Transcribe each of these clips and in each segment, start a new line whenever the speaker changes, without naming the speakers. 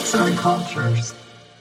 Arts and Cultures.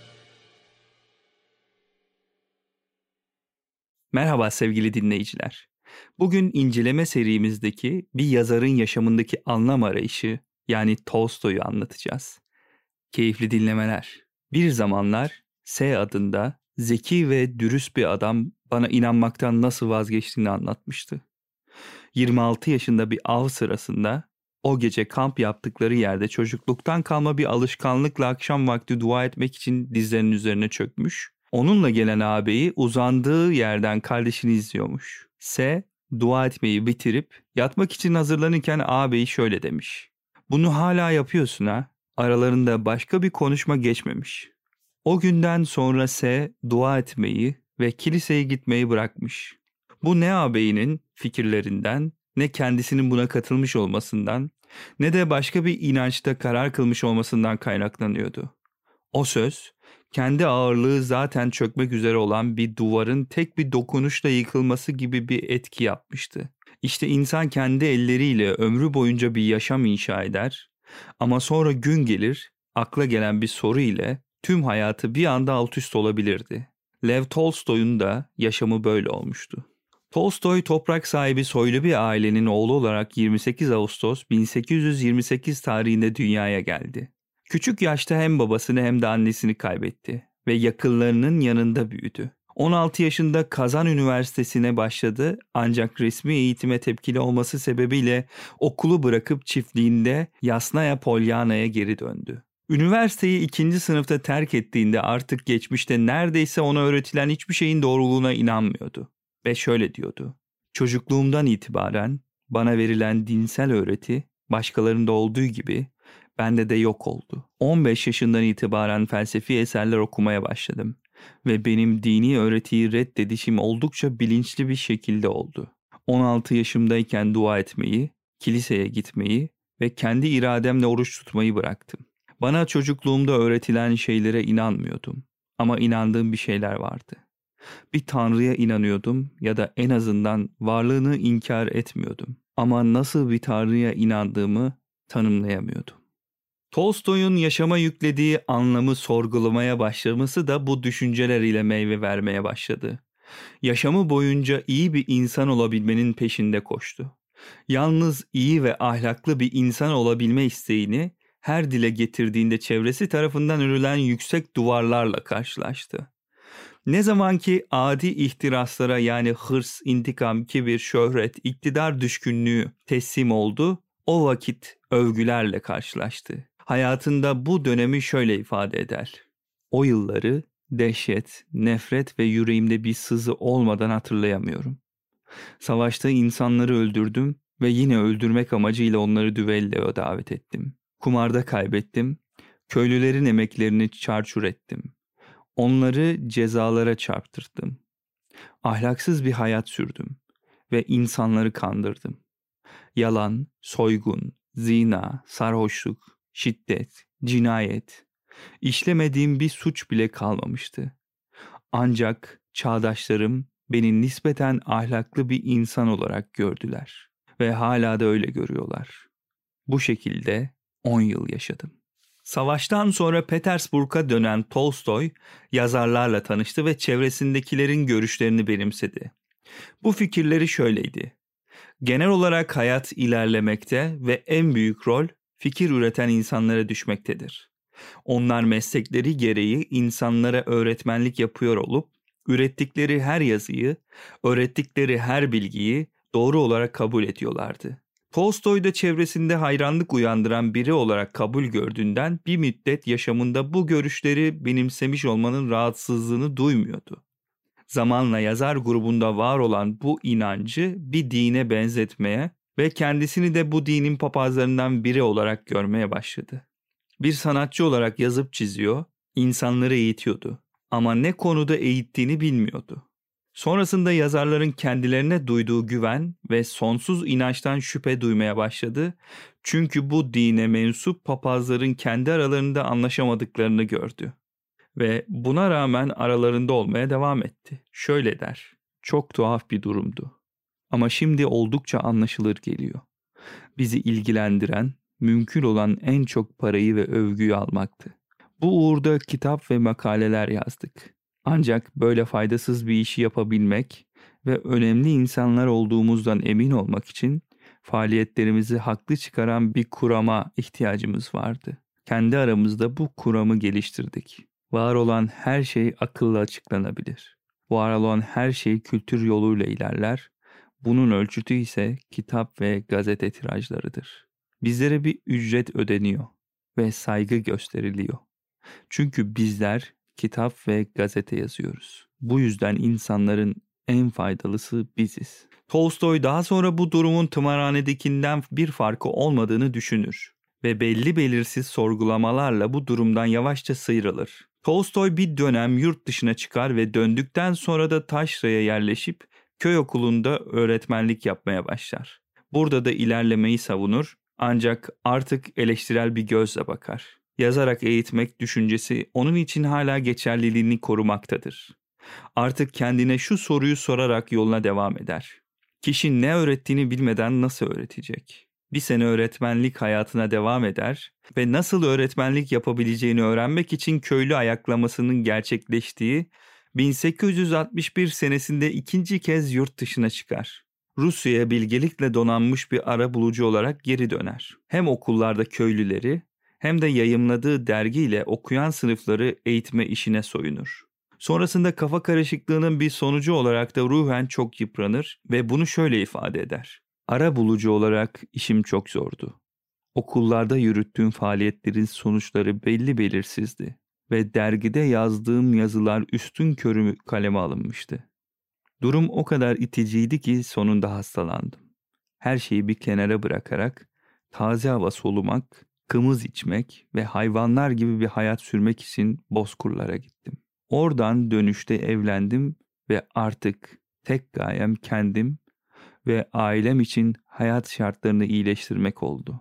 Merhaba sevgili dinleyiciler. Bugün inceleme serimizdeki bir yazarın yaşamındaki anlam arayışı, yani Tolstoy'u anlatacağız. Keyifli dinlemeler. Bir zamanlar S adında zeki ve dürüst bir adam bana inanmaktan nasıl vazgeçtiğini anlatmıştı. 26 yaşında bir av sırasında o gece kamp yaptıkları yerde çocukluktan kalma bir alışkanlıkla akşam vakti dua etmek için dizlerinin üzerine çökmüş. Onunla gelen ağabeyi uzandığı yerden kardeşini izliyormuş. S dua etmeyi bitirip yatmak için hazırlanırken ağabeyi şöyle demiş. Bunu hala yapıyorsun ha? Aralarında başka bir konuşma geçmemiş. O günden sonra S dua etmeyi ve kiliseye gitmeyi bırakmış. Bu ne ağabeyinin fikirlerinden, ne kendisinin buna katılmış olmasından, ne de başka bir inançta karar kılmış olmasından kaynaklanıyordu. O söz, kendi ağırlığı zaten çökmek üzere olan bir duvarın tek bir dokunuşla yıkılması gibi bir etki yapmıştı. İşte insan kendi elleriyle ömrü boyunca bir yaşam inşa eder ama sonra gün gelir, akla gelen bir soru ile tüm hayatı bir anda alt üst olabilirdi. Lev Tolstoy'un da yaşamı böyle olmuştu. Tolstoy toprak sahibi soylu bir ailenin oğlu olarak 28 Ağustos 1828 tarihinde dünyaya geldi. Küçük yaşta hem babasını hem de annesini kaybetti ve yakınlarının yanında büyüdü. 16 yaşında Kazan Üniversitesi'ne başladı ancak resmi eğitime tepkili olması sebebiyle okulu bırakıp çiftliğinde Yasnaya Polyana'ya geri döndü. Üniversiteyi 2. sınıfta terk ettiğinde artık geçmişte neredeyse ona öğretilen hiçbir şeyin doğruluğuna inanmıyordu. Ve şöyle diyordu. Çocukluğumdan itibaren bana verilen dinsel öğreti başkalarında olduğu gibi bende de yok oldu. 15 yaşından itibaren felsefi eserler okumaya başladım ve benim dini öğretiyi reddedişim oldukça bilinçli bir şekilde oldu. 16 yaşımdayken dua etmeyi, kiliseye gitmeyi ve kendi irademle oruç tutmayı bıraktım. Bana çocukluğumda öğretilen şeylere inanmıyordum ama inandığım bir şeyler vardı. Bir tanrıya inanıyordum ya da en azından varlığını inkar etmiyordum. Ama nasıl bir tanrıya inandığımı tanımlayamıyordum. Tolstoy'un yaşama yüklediği anlamı sorgulamaya başlaması da bu düşünceler ile meyve vermeye başladı. Yaşamı boyunca iyi bir insan olabilmenin peşinde koştu. Yalnız iyi ve ahlaklı bir insan olabilme isteğini her dile getirdiğinde çevresi tarafından örülen yüksek duvarlarla karşılaştı. Ne zaman ki adi ihtiraslara yani hırs, intikam, kibir, şöhret, iktidar düşkünlüğü teslim oldu, o vakit övgülerle karşılaştı. Hayatında bu dönemi şöyle ifade eder. O yılları dehşet, nefret ve yüreğimde bir sızı olmadan hatırlayamıyorum. Savaşta insanları öldürdüm ve yine öldürmek amacıyla onları düelloya davet ettim. Kumarda kaybettim, köylülerin emeklerini çarçur ettim. Onları cezalara çarptırdım. Ahlaksız bir hayat sürdüm ve insanları kandırdım. Yalan, soygun, zina, sarhoşluk, şiddet, cinayet. İşlemediğim bir suç bile kalmamıştı. Ancak çağdaşlarım beni nispeten ahlaklı bir insan olarak gördüler ve hala da öyle görüyorlar. Bu şekilde 10 yıl yaşadım. Savaştan sonra Petersburg'a dönen Tolstoy, yazarlarla tanıştı ve çevresindekilerin görüşlerini benimsedi. Bu fikirleri şöyleydi. Genel olarak hayat ilerlemekte ve en büyük rol fikir üreten insanlara düşmektedir. Onlar meslekleri gereği insanlara öğretmenlik yapıyor olup, ürettikleri her yazıyı, öğrettikleri her bilgiyi doğru olarak kabul ediyorlardı. Tolstoy da çevresinde hayranlık uyandıran biri olarak kabul gördüğünden bir müddet yaşamında bu görüşleri benimsemiş olmanın rahatsızlığını duymuyordu. Zamanla yazar grubunda var olan bu inancı bir dine benzetmeye ve kendisini de bu dinin papazlarından biri olarak görmeye başladı. Bir sanatçı olarak yazıp çiziyor, insanları eğitiyordu ama ne konuda eğittiğini bilmiyordu. Sonrasında yazarların kendilerine duyduğu güven ve sonsuz inançtan şüphe duymaya başladı. Çünkü bu dine mensup papazların kendi aralarında anlaşamadıklarını gördü. Ve buna rağmen aralarında olmaya devam etti. Şöyle der, çok tuhaf bir durumdu. Ama şimdi oldukça anlaşılır geliyor. Bizi ilgilendiren, mümkün olan en çok parayı ve övgüyü almaktı. Bu uğurda kitap ve makaleler yazdık. Ancak böyle faydasız bir işi yapabilmek ve önemli insanlar olduğumuzdan emin olmak için faaliyetlerimizi haklı çıkaran bir kurama ihtiyacımız vardı. Kendi aramızda bu kuramı geliştirdik. Var olan her şey akılla açıklanabilir. Var olan her şey kültür yoluyla ilerler. Bunun ölçütü ise kitap ve gazete tirajlarıdır. Bizlere bir ücret ödeniyor ve saygı gösteriliyor. Çünkü bizler kitap ve gazete yazıyoruz. Bu yüzden insanların en faydalısı biziz. Tolstoy daha sonra bu durumun tımarhanedekinden bir farkı olmadığını düşünür ve belli belirsiz sorgulamalarla bu durumdan yavaşça sıyrılır. Tolstoy bir dönem yurt dışına çıkar ve döndükten sonra da Taşra'ya yerleşip köy okulunda öğretmenlik yapmaya başlar. Burada da ilerlemeyi savunur ancak artık eleştirel bir gözle bakar. Yazarak eğitmek düşüncesi onun için hala geçerliliğini korumaktadır. Artık kendine şu soruyu sorarak yoluna devam eder. Kişi ne öğrettiğini bilmeden nasıl öğretecek? Bir sene öğretmenlik hayatına devam eder ve nasıl öğretmenlik yapabileceğini öğrenmek için köylü ayaklamasının gerçekleştiği 1861 senesinde ikinci kez yurt dışına çıkar. Rusya'ya bilgelikle donanmış bir arabulucu olarak geri döner. Hem okullarda köylüleri hem de yayımladığı dergiyle okuyan sınıfları eğitme işine soyunur. Sonrasında kafa karışıklığının bir sonucu olarak da ruhen çok yıpranır ve bunu şöyle ifade eder. Arabulucu olarak işim çok zordu. Okullarda yürüttüğüm faaliyetlerin sonuçları belli belirsizdi ve dergide yazdığım yazılar üstünkörü kaleme alınmıştı. Durum o kadar iticiydi ki sonunda hastalandım. Her şeyi bir kenara bırakarak taze hava solumak, kımız içmek ve hayvanlar gibi bir hayat sürmek için bozkırlara gittim. Oradan dönüşte evlendim ve artık tek gayem kendim ve ailem için hayat şartlarını iyileştirmek oldu.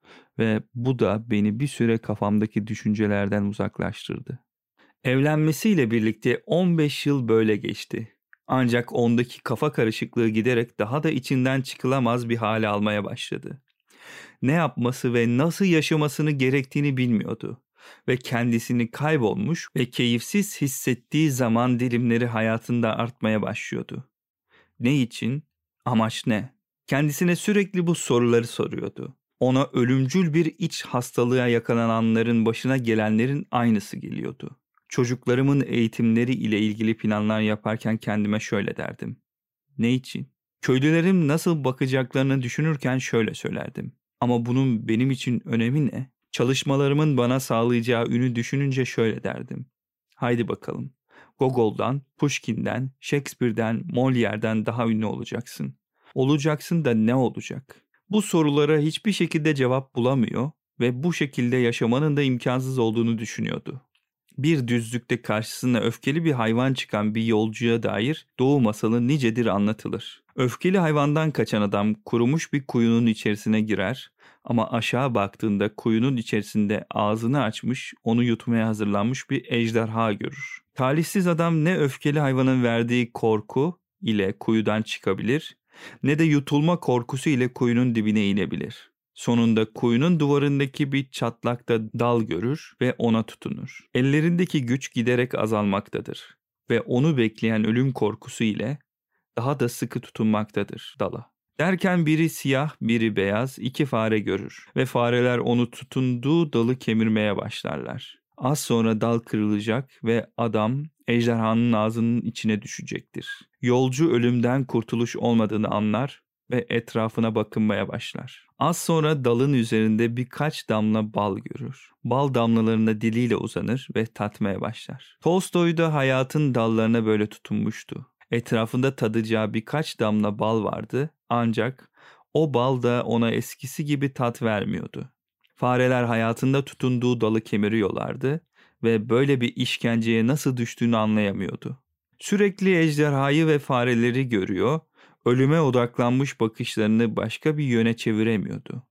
Ve bu da beni bir süre kafamdaki düşüncelerden uzaklaştırdı. Evlenmesiyle birlikte 15 yıl böyle geçti. Ancak ondaki kafa karışıklığı giderek daha da içinden çıkılamaz bir hale almaya başladı. Ne yapması ve nasıl yaşamasını gerektiğini bilmiyordu ve kendisini kaybolmuş ve keyifsiz hissettiği zaman dilimleri hayatında artmaya başlıyordu. Ne için? Amaç ne? Kendisine sürekli bu soruları soruyordu. Ona ölümcül bir iç hastalığa yakalananların başına gelenlerin aynısı geliyordu. Çocuklarımın eğitimleri ile ilgili planlar yaparken kendime şöyle derdim. Ne için? Köylülerim nasıl bakacaklarını düşünürken şöyle söylerdim. Ama bunun benim için önemi ne? Çalışmalarımın bana sağlayacağı ünü düşününce şöyle derdim. Haydi bakalım. Gogol'dan, Pushkin'den, Shakespeare'den, Molière'den daha ünlü olacaksın. Olacaksın da ne olacak? Bu sorulara hiçbir şekilde cevap bulamıyor ve bu şekilde yaşamanın da imkansız olduğunu düşünüyordu. Bir düzlükte karşısına öfkeli bir hayvan çıkan bir yolcuya dair Doğu masalı nicedir anlatılır. Öfkeli hayvandan kaçan adam kurumuş bir kuyunun içerisine girer ama aşağı baktığında kuyunun içerisinde ağzını açmış, onu yutmaya hazırlanmış bir ejderha görür. Talihsiz adam ne öfkeli hayvanın verdiği korku ile kuyudan çıkabilir ne de yutulma korkusu ile kuyunun dibine inebilir. Sonunda kuyunun duvarındaki bir çatlakta dal görür ve ona tutunur. Ellerindeki güç giderek azalmaktadır ve onu bekleyen ölüm korkusu ile daha da sıkı tutunmaktadır dala. Derken biri siyah, biri beyaz iki fare görür ve fareler onu tutunduğu dalı kemirmeye başlarlar. Az sonra dal kırılacak ve adam ejderhanın ağzının içine düşecektir. Yolcu ölümden kurtuluş olmadığını anlar ve etrafına bakınmaya başlar. Az sonra dalın üzerinde birkaç damla bal görür. Bal damlalarına diliyle uzanır ve tatmaya başlar. Tolstoy da hayatın dallarına böyle tutunmuştu. Etrafında tadacağı birkaç damla bal vardı ancak o bal da ona eskisi gibi tat vermiyordu. Fareler hayatında tutunduğu dalı kemiriyorlardı ve böyle bir işkenceye nasıl düştüğünü anlayamıyordu. Sürekli ejderhayı ve fareleri görüyor, ölüme odaklanmış bakışlarını başka bir yöne çeviremiyordu.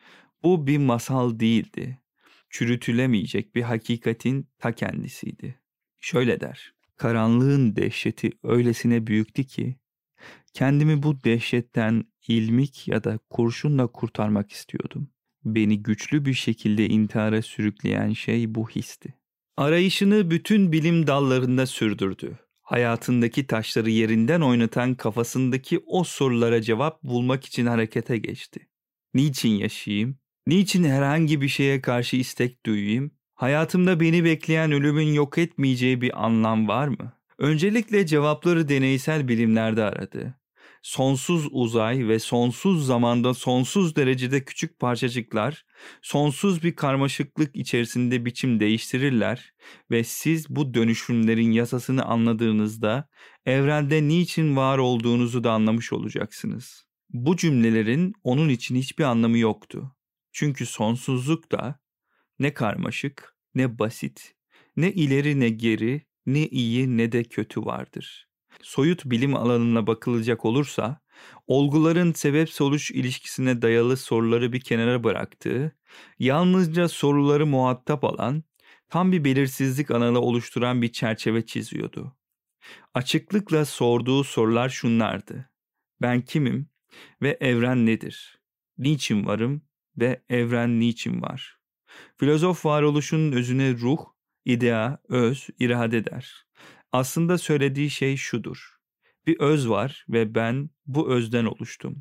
Bu bir masal değildi. Çürütülemeyecek bir hakikatin ta kendisiydi. Şöyle der. Karanlığın dehşeti öylesine büyüktü ki kendimi bu dehşetten ilmik ya da kurşunla kurtarmak istiyordum. Beni güçlü bir şekilde intihara sürükleyen şey bu histi. Arayışını bütün bilim dallarında sürdürdü. Hayatındaki taşları yerinden oynatan kafasındaki o sorulara cevap bulmak için harekete geçti. Niçin yaşayayım? Niçin herhangi bir şeye karşı istek duyayım? Hayatımda beni bekleyen ölümün yok etmeyeceği bir anlam var mı? Öncelikle cevapları deneysel bilimlerde aradı. Sonsuz uzay ve sonsuz zamanda sonsuz derecede küçük parçacıklar, sonsuz bir karmaşıklık içerisinde biçim değiştirirler ve siz bu dönüşümlerin yasasını anladığınızda evrende niçin var olduğunuzu da anlamış olacaksınız. Bu cümlelerin onun için hiçbir anlamı yoktu. Çünkü sonsuzlukta ne karmaşık, ne basit, ne ileri ne geri, ne iyi ne de kötü vardır. Soyut bilim alanına bakılacak olursa, olguların sebep-sonuç ilişkisine dayalı soruları bir kenara bıraktığı, yalnızca soruları muhatap alan, tam bir belirsizlik alanı oluşturan bir çerçeve çiziyordu. Açıklıkla sorduğu sorular şunlardı: ben kimim ve evren nedir? Niçin varım ve evren niçin var? Filozof varoluşun özüne ruh, idea, öz, irade der. Aslında söylediği şey şudur: bir öz var ve ben bu özden oluştum.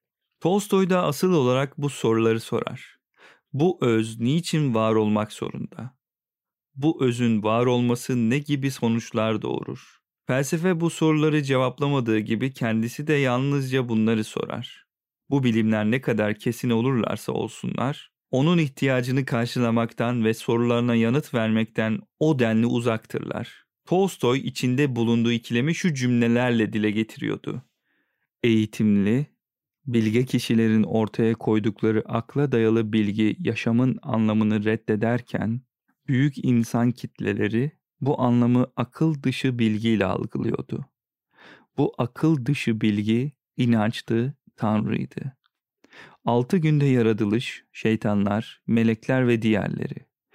Tolstoy da asıl olarak bu soruları sorar. Bu öz niçin var olmak zorunda? Bu özün var olması ne gibi sonuçlar doğurur? Felsefe bu soruları cevaplamadığı gibi kendisi de yalnızca bunları sorar. Bu bilimler ne kadar kesin olurlarsa olsunlar, onun ihtiyacını karşılamaktan ve sorularına yanıt vermekten o denli uzaktırlar. Tolstoy içinde bulunduğu ikilemi şu cümlelerle dile getiriyordu: eğitimli, bilge kişilerin ortaya koydukları akla dayalı bilgi yaşamın anlamını reddederken, büyük insan kitleleri bu anlamı akıl dışı bilgiyle algılıyordu. Bu akıl dışı bilgi inançtı, Tanrı'ydı. 6 günde yaratılış, şeytanlar, melekler ve diğerleri.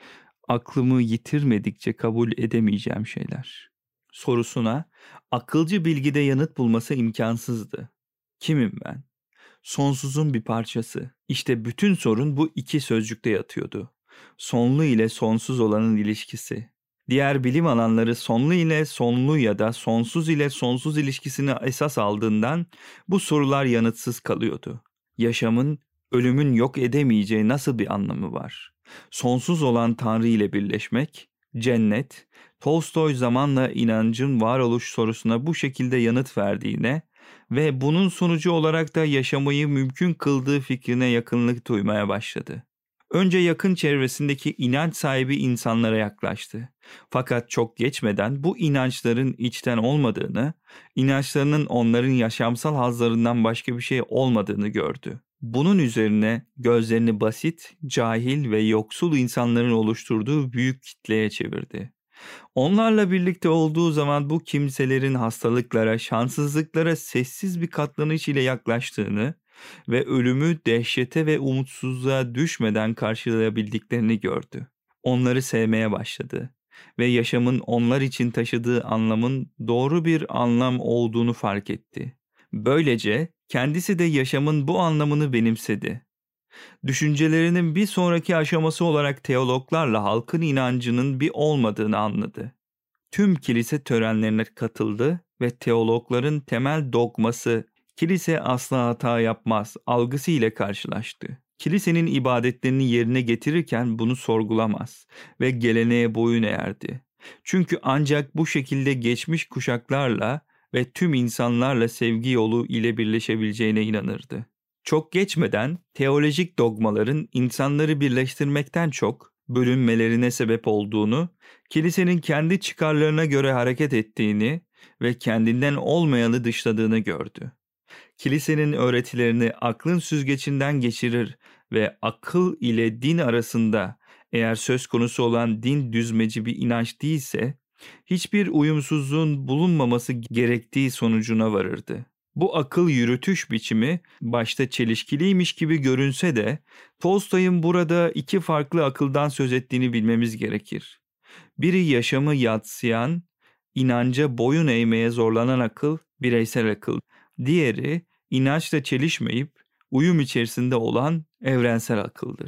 Aklımı yitirmedikçe kabul edemeyeceğim şeyler. Sorusuna akılcı bilgide yanıt bulması imkansızdı. Kimim ben? Sonsuzun bir parçası. İşte bütün sorun bu iki sözcükte yatıyordu. Sonlu ile sonsuz olanın ilişkisi. Diğer bilim alanları sonlu ile sonlu ya da sonsuz ile sonsuz ilişkisini esas aldığından bu sorular yanıtsız kalıyordu. Yaşamın, ölümün yok edemeyeceği nasıl bir anlamı var? Sonsuz olan Tanrı ile birleşmek, cennet, Tolstoy zamanla inancın varoluş sorusuna bu şekilde yanıt verdiğine ve bunun sonucu olarak da yaşamayı mümkün kıldığı fikrine yakınlık duymaya başladı. Önce yakın çevresindeki inanç sahibi insanlara yaklaştı. Fakat çok geçmeden bu inançların içten olmadığını, inançlarının onların yaşamsal hazlarından başka bir şey olmadığını gördü. Bunun üzerine gözlerini basit, cahil ve yoksul insanların oluşturduğu büyük kitleye çevirdi. Onlarla birlikte olduğu zaman bu kimselerin hastalıklara, şanssızlıklara sessiz bir katlanış ile yaklaştığını ve ölümü dehşete ve umutsuzluğa düşmeden karşılayabildiklerini gördü. Onları sevmeye başladı ve yaşamın onlar için taşıdığı anlamın doğru bir anlam olduğunu fark etti. Böylece kendisi de yaşamın bu anlamını benimsedi. Düşüncelerinin bir sonraki aşaması olarak teologlarla halkın inancının bir olmadığını anladı. Tüm kilise törenlerine katıldı ve teologların temel dogması "kilise asla hata yapmaz" algısı ile karşılaştı. Kilisenin ibadetlerini yerine getirirken bunu sorgulamaz ve geleneğe boyun eğerdi. Çünkü ancak bu şekilde geçmiş kuşaklarla ve tüm insanlarla sevgi yolu ile birleşebileceğine inanırdı. Çok geçmeden teolojik dogmaların insanları birleştirmekten çok bölünmelerine sebep olduğunu, kilisenin kendi çıkarlarına göre hareket ettiğini ve kendinden olmayanı dışladığını gördü. Kilisenin öğretilerini aklın süzgecinden geçirir ve akıl ile din arasında, eğer söz konusu olan din düzmeci bir inanç değilse, hiçbir uyumsuzluğun bulunmaması gerektiği sonucuna varırdı. Bu akıl yürütüş biçimi başta çelişkiliymiş gibi görünse de Tolstoy'un burada iki farklı akıldan söz ettiğini bilmemiz gerekir. Biri yaşamı yadsıyan, inanca boyun eğmeye zorlanan akıl, bireysel akıl. Diğeri inançla çelişmeyip uyum içerisinde olan evrensel akıldır.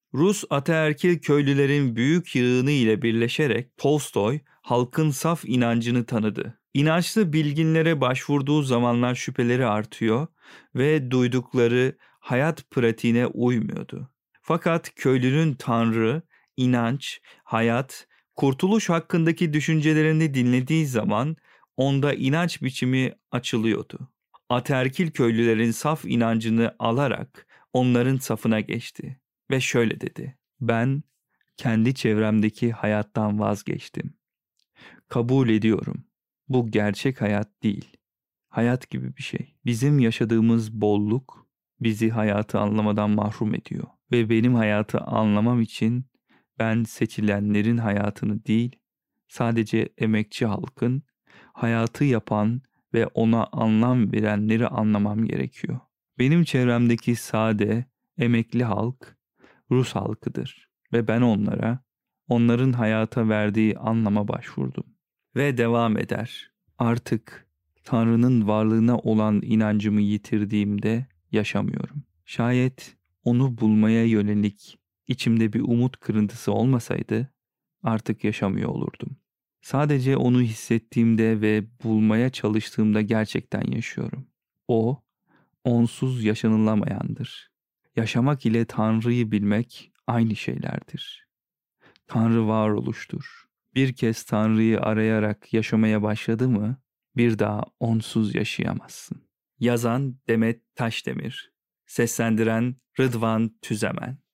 Rus ataerkil köylülerin büyük yığını ile birleşerek Tolstoy halkın saf inancını tanıdı. İnançlı bilginlere başvurduğu zamanlar şüpheleri artıyor ve duydukları hayat pratiğine uymuyordu. Fakat köylünün tanrı, inanç, hayat, kurtuluş hakkındaki düşüncelerini dinlediği zaman onda inanç biçimi açılıyordu. Ataerkil köylülerin saf inancını alarak onların safına geçti ve şöyle dedi: "Ben kendi çevremdeki hayattan vazgeçtim. Kabul ediyorum. Bu gerçek hayat değil. Hayat gibi bir şey. Bizim yaşadığımız bolluk bizi hayatı anlamadan mahrum ediyor. Ve benim hayatı anlamam için ben seçilenlerin hayatını değil, sadece emekçi halkın, hayatı yapan ve ona anlam verenleri anlamam gerekiyor. Benim çevremdeki sade, emekli halk Rus halkıdır ve ben onların hayata verdiği anlama başvurdum." Ve devam eder. "Artık Tanrı'nın varlığına olan inancımı yitirdiğimde yaşamıyorum. Şayet onu bulmaya yönelik içimde bir umut kırıntısı olmasaydı artık yaşamıyor olurdum. Sadece onu hissettiğimde ve bulmaya çalıştığımda gerçekten yaşıyorum. O, onsuz yaşanılamayandır. Yaşamak ile Tanrı'yı bilmek aynı şeylerdir. Tanrı varoluştur. Bir kez Tanrı'yı arayarak yaşamaya başladı mı, bir daha onsuz yaşayamazsın." Yazan Demet Taşdemir, seslendiren Rıdvan Tüzemen.